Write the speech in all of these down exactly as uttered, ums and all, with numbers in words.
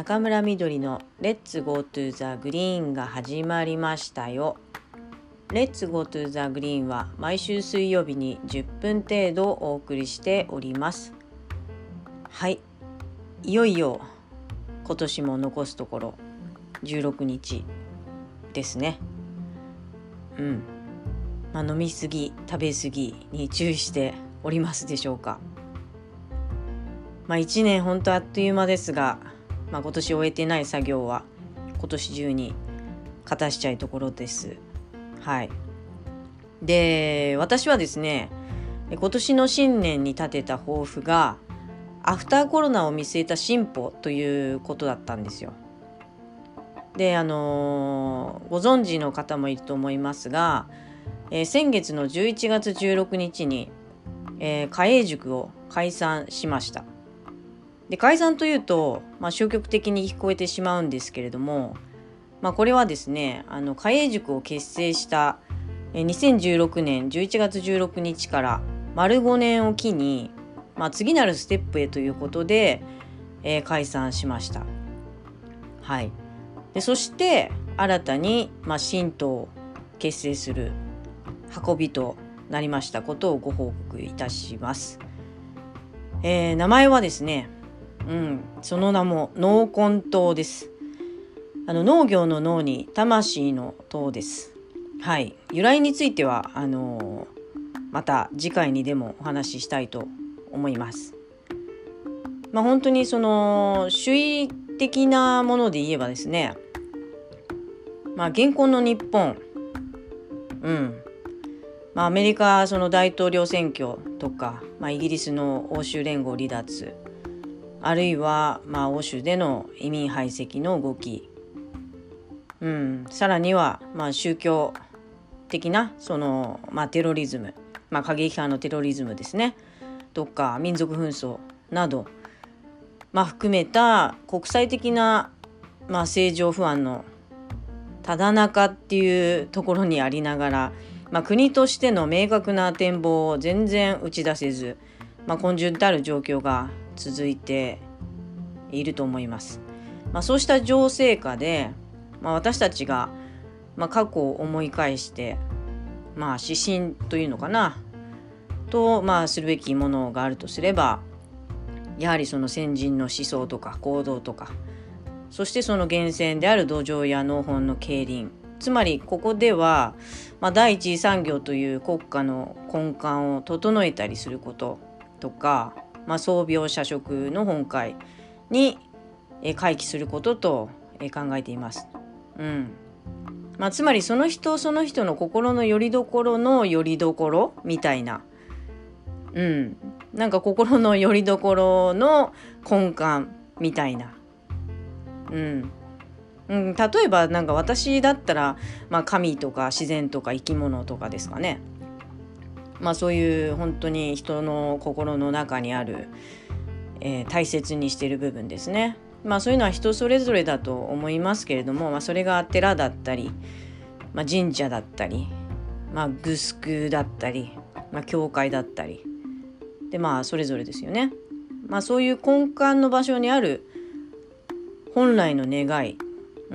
中村みどりのレッツゴートゥザグリーンが始まりましたよ。レッツゴートゥザグリーンは毎週水曜日にじゅっぷん程度お送りしております。はい、いよいよ今年も残すところじゅうろくにちですね。うん、まあ、飲みすぎ食べすぎに注意しておりますでしょうか。まあいちねん本当あっという間ですが、まあ、今年終えてない作業は今年中に片しちゃいところです。はい。で、私はですね、今年の新年に立てた抱負がアフターコロナを見据えた進歩ということだったんですよ。で、あのー、ご存知の方もいると思いますが、えー、先月のじゅういちがつじゅうろくにちに、えー、嘉永塾を解散しました。で、解散というと、まあ、消極的に聞こえてしまうんですけれども、まあ、これはですね、あの嘉永塾を結成したにせんじゅうろくねんじゅういちがつじゅうろくにちから丸ごねんを機に、まあ、次なるステップへということで、えー、解散しました。はい。で、そして新たに、まあ、新党を結成する運びとなりましたことをご報告いたします。えー、名前はですね、うん、その名も農魂党です。あの農業の農に魂の党です。はい。由来についてはあのー、また次回にでもお話ししたいと思います。まあ本当にその主義的なもので言えばですね、まあ現今の日本、うん、まあアメリカその大統領選挙とか、まあイギリスの欧州連合離脱、あるいは、まあ、欧州での移民排斥の動き、うん、さらには、まあ、宗教的なその、まあ、テロリズム、まあ、過激派のテロリズムですねとか民族紛争など、まあ、含めた国際的な、まあ、政情不安のただ中っていうところにありながら、まあ、国としての明確な展望を全然打ち出せず、まあ、困窮たる状況が続いていると思います。まあ、そうした情勢下で、まあ、私たちが、まあ、過去を思い返して、まあ、指針というのかなと、まあ、するべきものがあるとすれば、やはりその先人の思想とか行動とか、そしてその源泉である土壌や農本の競輪、つまりここでは、まあ、第一次産業という国家の根幹を整えたりすることとか、まあ、創業社食の本会に回帰することと考えています。うんまあ、つまりその人その人の心の拠り所の拠り所みたいな、うん、なんか心の拠り所の根幹みたいな、うんうん、例えばなんか私だったら、まあ、神とか自然とか生き物とかですかね。まあ、そういう本当に人の心の中にある、えー、大切にしている部分ですね。まあそういうのは人それぞれだと思いますけれども、まあ、それが寺だったり、まあ、神社だったり、まあ、グスクだったり、まあ、教会だったりで、まあそれぞれですよね。まあそういう根幹の場所にある本来の願い、うん、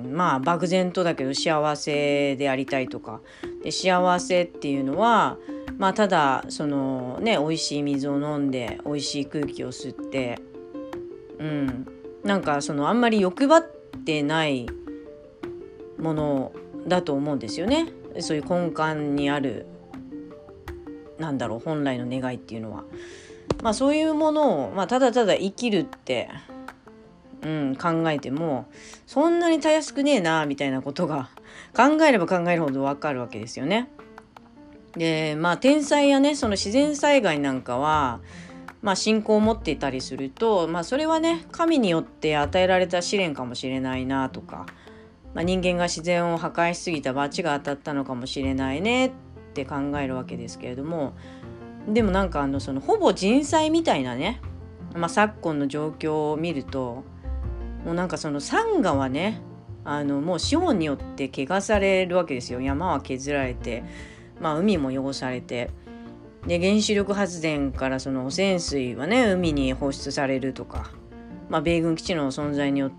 まあ漠然とだけど幸せでありたいとかで、幸せっていうのはまあただそのね美味しい水を飲んで美味しい空気を吸って、うん、なんかそのあんまり欲張ってないものだと思うんですよね。そういう根幹にあるなんだろう本来の願いっていうのは、まあそういうものを、まあ、ただただ生きるって、うん、考えてもそんなにたやすくねえなみたいなことが考えれば考えるほどわかるわけですよね。でまあ天災やねその自然災害なんかは、まあ、信仰を持っていたりすると、まあ、それはね神によって与えられた試練かもしれないなとか、まあ、人間が自然を破壊しすぎた罰が当たったのかもしれないねって考えるわけですけれども、でもなんかあのそのほぼ人災みたいなね、まあ、昨今の状況を見るともうなんかその山河はねあのもう資本によって汚されるわけですよ。山は削られて、まあ、海も汚されて、で原子力発電からその汚染水はね海に放出されるとか、 まあ、米軍基地の存在によって、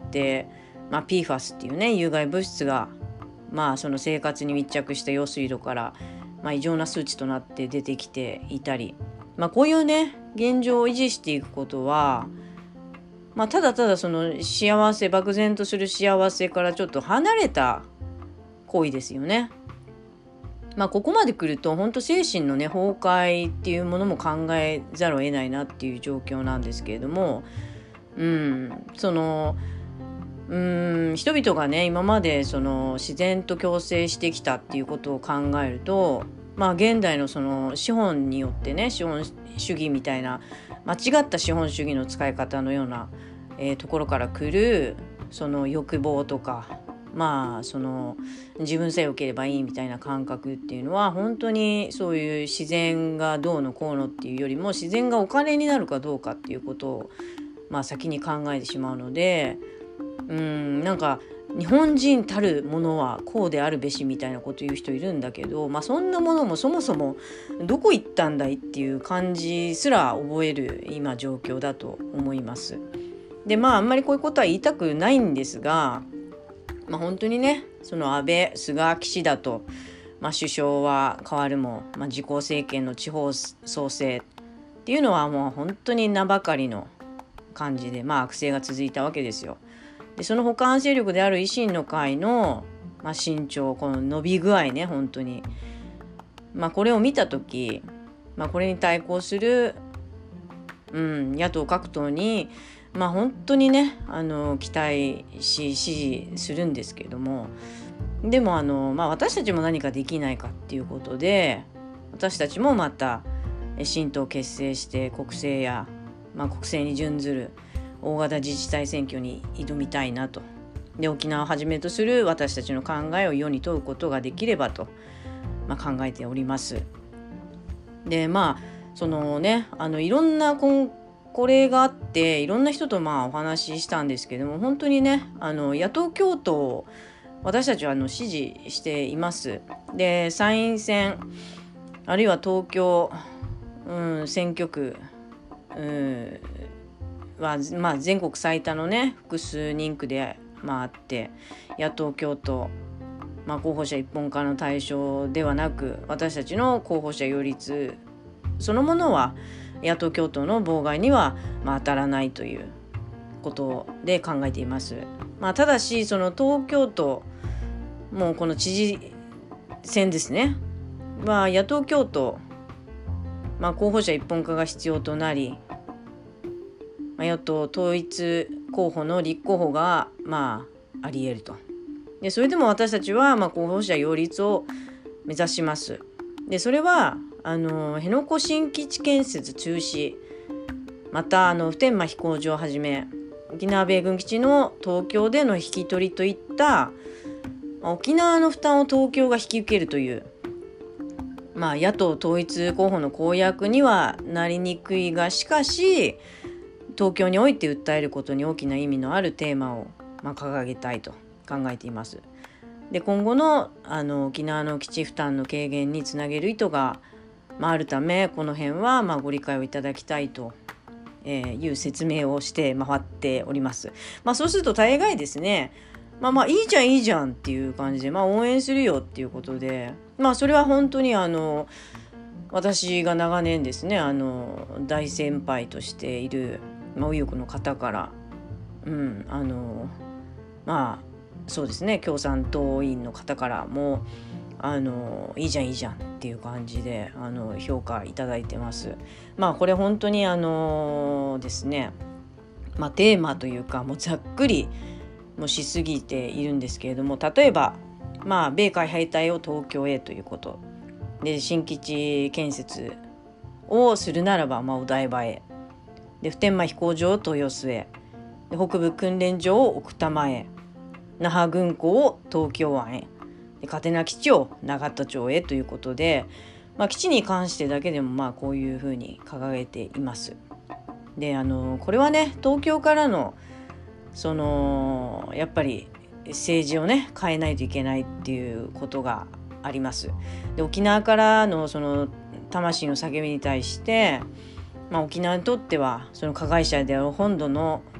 まあ、ピーファス っていうね有害物質が、まあ、その生活に密着した用水路から、まあ、異常な数値となって出てきていたり、まあ、こういうね現状を維持していくことは、まあ、ただただその幸せ漠然とする幸せからちょっと離れた行為ですよね。まあ、ここまで来ると本当精神のね崩壊っていうものも考えざるを得ないなっていう状況なんですけれども、うんそのうん人々がね今までその自然と共生してきたっていうことを考えると、まあ現代のその資本によってね資本主義みたいな間違った資本主義の使い方のような、えー、ところから来るその欲望とか、まあその自分さえ良ければいいみたいな感覚っていうのは本当にそういう自然がどうのこうのっていうよりも自然がお金になるかどうかっていうことを、まあ、先に考えてしまうので、うんなんか日本人たるものはこうであるべしみたいなこと言う人いるんだけど、まあ、そんなものもそもそもどこ行ったんだいっていう感じすら覚える今状況だと思います。でまああんまりこういうことは言いたくないんですが、まあ、本当にねその安倍菅岸田と、まあ、首相は変わるも、まあ、自公政権の地方創生っていうのはもう本当に名ばかりの感じで、まあ、悪政が続いたわけですよ。でその補完勢力である維新の会の、まあ、伸長この伸び具合ね本当に、まあ、これを見た時、まあ、これに対抗する、うん、野党各党にまあ本当にねあの期待し支持するんですけれども、でもあの、まあ、私たちも何かできないかっていうことで私たちもまた新党を結成して国政や、まあ、国政に準ずる大型自治体選挙に挑みたいなと。で沖縄をはじめとする私たちの考えを世に問うことができればと、まあ、考えております。でまあそのねあのいろんなこれがあっていろんな人とまあお話ししたんですけども、本当にねあの野党共闘を私たちはあの支持しています。で参院選あるいは東京、うん、選挙区、うんはまあ、全国最多のね複数人区で、まあ、あって野党共闘、まあ、候補者一本化の対象ではなく私たちの候補者擁立そのものは野党共闘の妨害には、まあ、当たらないということで考えています。まあ、ただしその東京都もうこの知事選ですねは野党共闘、まあ、候補者一本化が必要となり与党統一候補の立候補がまああり得ると。でそれでも私たちはまあ候補者擁立を目指します。でそれはあの辺野古新基地建設中止、またあの普天間飛行場をはじめ沖縄米軍基地の東京での引き取りといった沖縄の負担を東京が引き受けるという、まあ、野党統一候補の公約にはなりにくいがしかし東京において訴えることに大きな意味のあるテーマを、まあ、掲げたいと考えています。で今後の、あの沖縄の基地負担の軽減につなげる意図が、まあ、あるためこの辺は、まあ、ご理解をいただきたいと、えー、いう説明をして回っております。まあ、そうすると大概ですねまあまあいいじゃんいいじゃんっていう感じで、まあ、応援するよっていうことで、まあそれは本当にあの私が長年ですねあの大先輩としているまあ、右翼の方から、うん、あのまあそうですね共産党員の方からもあのいいじゃんいいじゃんっていう感じであの評価いただいてます。まあこれ本当にあのですね、まあ、テーマというかもうざっくりもしすぎているんですけれども、例えば、まあ、米海兵隊を東京へということで新基地建設をするならば、まあ、お台場へで普天間飛行場を豊洲へで北部訓練場を奥多摩へ那覇軍港を東京湾へで嘉手納基地を永田町へということで、まあ、基地に関してだけでもまあこういうふうに掲げています。であのこれはね東京からのそのやっぱり政治をね変えないといけないっていうことがあります。で沖縄からのその魂の叫びに対してまあ、沖縄にとってはその加害者である本土の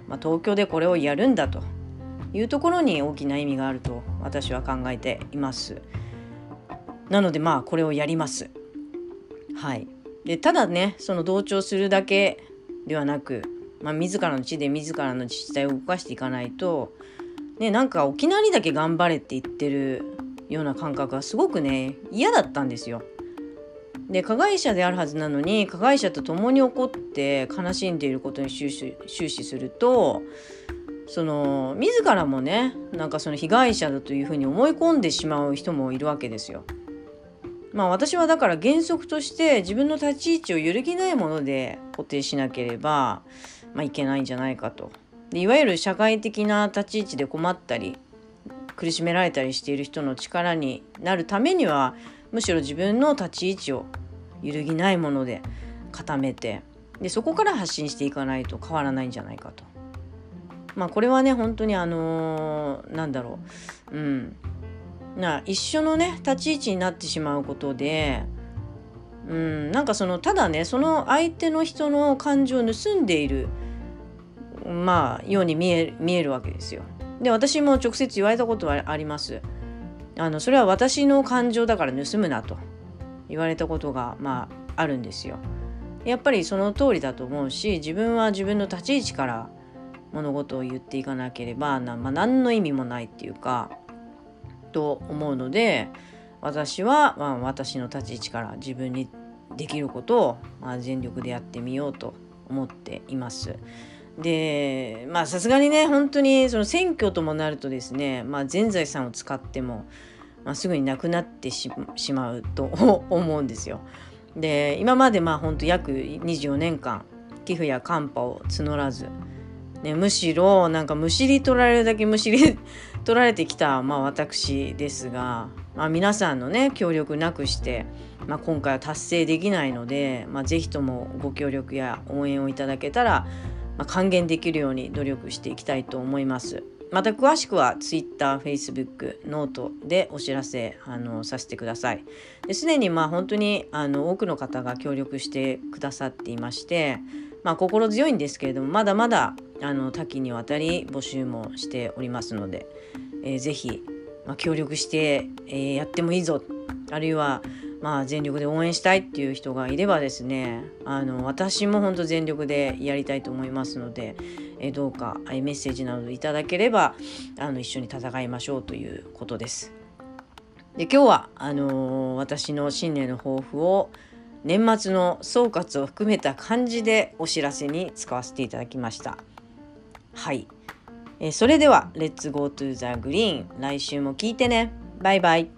まあ、東京でこれをやるんだというところに大きな意味があると私は考えています。なのでまあこれをやります。はい。でただね、その同調するだけではなく、まあ、自らの地で自らの自治体を動かしていかないと、ね、なんか沖縄にだけ頑張れって言ってるような感覚がすごくね嫌だったんですよ。で加害者であるはずなのに、加害者と共に起こって悲しんでいることに終始、終始すると、その自らもねなんかその被害者だというふうに思い込んでしまう人もいるわけですよ。まあ私はだから原則として自分の立ち位置を揺るぎないもので固定しなければ、まあ、いけないんじゃないかと。でいわゆる社会的な立ち位置で困ったり苦しめられたりしている人の力になるためには、むしろ自分の立ち位置を揺るぎないもので固めて、でそこから発信していかないと変わらないんじゃないかと。まあこれはね本当にあのー、なんだろう、うんな一緒のね立ち位置になってしまうことで、うん、なんかそのただねその相手の人の感情を盗んでいるまあように見える、見えるわけですよ。で私も直接言われたことはあります。あのそれは私の感情だから盗むなと言われたことがまああるんですよ。やっぱりその通りだと思うし、自分は自分の立ち位置から物事を言っていかなければな、まあ、何の意味もないっていうかと思うので、私は、まあ、私の立ち位置から自分にできることを、まあ、全力でやってみようと思っています。でまあさすがにね本当にその選挙ともなるとですね、まあ、全財産を使っても、まあ、すぐになくなってしまうと思うんですよ。で今までまあ本当約にじゅうよねんかん寄付やカンパを募らず、ね、むしろなんかむしり取られるだけむしり取られてきた、まあ、私ですが、まあ、皆さんのね協力なくして、まあ、今回は達成できないので、まあ、ぜひともご協力や応援をいただけたら、まあ、還元できるように努力していきたいと思います。また詳しくは Twitter、Facebook、ノートでお知らせあのさせてください。ですでにまあ本当にあの多くの方が協力してくださっていまして、まあ、心強いんですけれども、まだまだあの多岐にわたり募集もしておりますので、えー、ぜひ、まあ、協力して、えー、やってもいいぞ、あるいは、まあ、全力で応援したいっていう人がいればですね、あの私も本当全力でやりたいと思いますので、えー、どうかメッセージなどいただければあの一緒に戦いましょうということです。で今日はあのー、私の新年の抱負を年末の総括を含めた漢字でお知らせに使わせていただきました。はい、えー、それでは Let's go to the green、 来週も聞いてね。バイバイ。